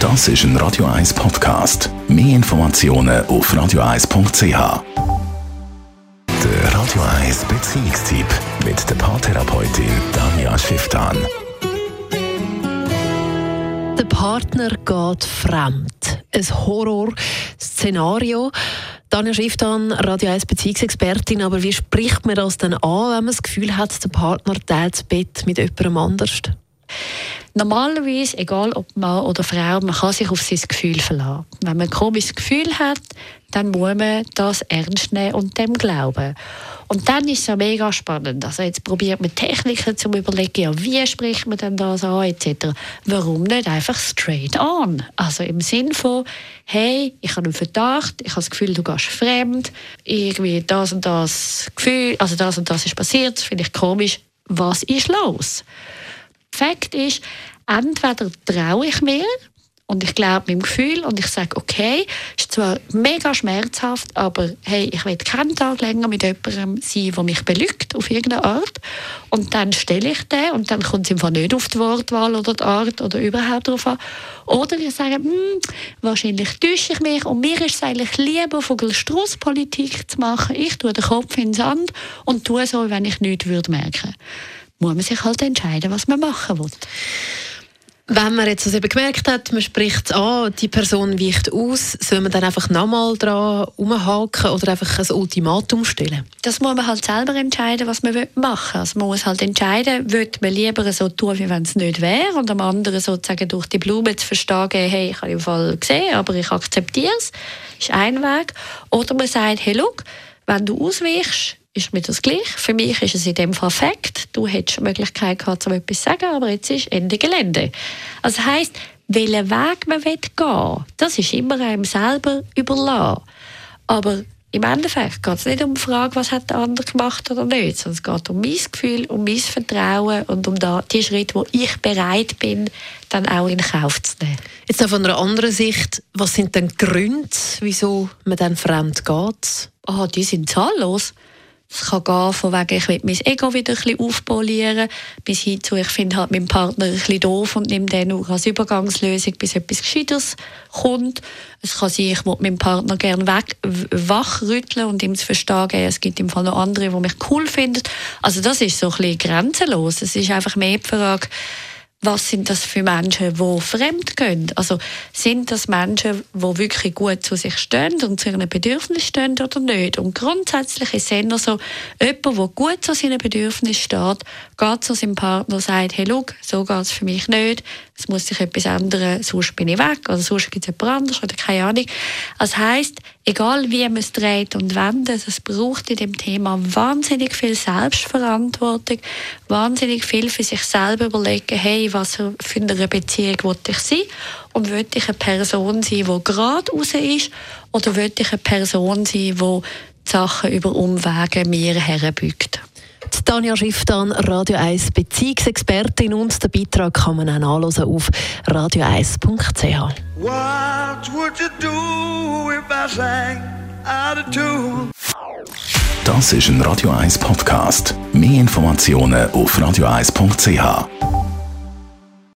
Das ist ein Radio 1 Podcast. Mehr Informationen auf radio1.ch. Der Radio 1 Beziehungstyp mit der Paartherapeutin Tanja Schifftan. Der Partner geht fremd. Ein Horrorszenario. Tanja Schifftan, Radio 1 Beziehungsexpertin, aber wie spricht man das denn an, wenn man das Gefühl hat, der Partner teilt das Bett mit jemandem anders? Normalerweise, egal ob Mann oder Frau, man kann sich auf sein Gefühl verlassen. Wenn man ein komisches Gefühl hat, dann muss man das ernst nehmen und dem glauben. Und dann ist es ja mega spannend. Also jetzt probiert man Techniken zu überlegen, ja, wie spricht man denn das an, etc. Warum nicht einfach straight on? Also im Sinn von, hey, ich habe einen Verdacht, ich habe das Gefühl, du gehst fremd, irgendwie das und das Gefühl, also das und das ist passiert, das finde ich komisch, was ist los? Fakt ist, entweder traue ich mir und ich glaube meinem Gefühl und ich sage, okay, ist zwar mega schmerzhaft, aber hey, ich will keinen Tag länger mit jemandem sein, der mich belügt auf irgendeine Art. Und dann stelle ich den und dann kommt es einfach nicht auf die Wortwahl oder die Art oder überhaupt darauf an. Oder ich sage, wahrscheinlich täusche ich mich und mir ist es eigentlich lieber, Vogel-Strauß-Politik zu machen. Ich tue den Kopf in den Sand und tue so, wenn ich nichts merken würde. Muss man sich halt entscheiden, was man machen will. Wenn man jetzt eben gemerkt hat, man spricht es an, die Person weicht aus, soll man dann einfach nochmal dran rumhaken oder einfach ein Ultimatum stellen? Das muss man halt selber entscheiden, was man machen will. Also man muss halt entscheiden, will man lieber so tun, wie wenn es nicht wäre und am anderen sozusagen durch die Blume zu verstehen, hey, ich habe im Fall gesehen, aber ich akzeptiere es. Das ist ein Weg. Oder man sagt, hey, look, wenn du ausweichst, ist mir das gleich. Für mich ist es in dem Fall Fakt. Du hättest die Möglichkeit gehabt, etwas zu sagen, aber jetzt ist Ende Gelände. Also das heisst, welchen Weg man gehen will, das ist immer einem selber überlassen. Aber im Endeffekt geht es nicht um die Frage, was hat der andere gemacht oder nicht, sondern es geht um mein Gefühl, um mein Vertrauen und um die Schritte, wo ich bereit bin, dann auch in Kauf zu nehmen. Jetzt noch von einer anderen Sicht, was sind denn die Gründe, wieso man dann fremd geht? Die sind zahllos. Es kann gehen von wegen, ich will mein Ego wieder ein bisschen aufpolieren, bis hin zu, ich finde halt meinen Partner ein bisschen doof und nehme den nur als Übergangslösung, bis etwas Gescheiteres kommt. Es kann sein, ich will meinen Partner gerne wachrütteln und ihm zu verstehen, es gibt im Fall noch andere, die mich cool finden. Also das ist so ein bisschen grenzenlos. Es ist einfach mehr die Frage, was sind das für Menschen, die fremd gehen? Also sind das Menschen, die wirklich gut zu sich stehen und zu ihren Bedürfnissen stehen oder nicht? Und grundsätzlich ist es eher so, jemand, der gut zu seinen Bedürfnissen steht, geht zu seinem Partner und sagt, hey, schau, so geht es für mich nicht, es muss sich etwas ändern, sonst bin ich weg oder sonst gibt es jemand anderes oder keine Ahnung. Das heisst, egal wie man es dreht und wendet, es braucht in dem Thema wahnsinnig viel Selbstverantwortung, wahnsinnig viel für sich selber überlegen, hey, was für eine Beziehung will ich sein und will ich eine Person sein, die gerade raus ist oder will ich eine Person sein, die die Sachen über Umwege mir herbeugt. Die Tanja Schifftan, Radio 1 Beziehungsexpertin, und den Beitrag kann man auch nachhören auf radio1.ch. What would you do if I sang out of tune? Das ist ein Radio 1 Podcast. Mehr Informationen auf radio1.ch.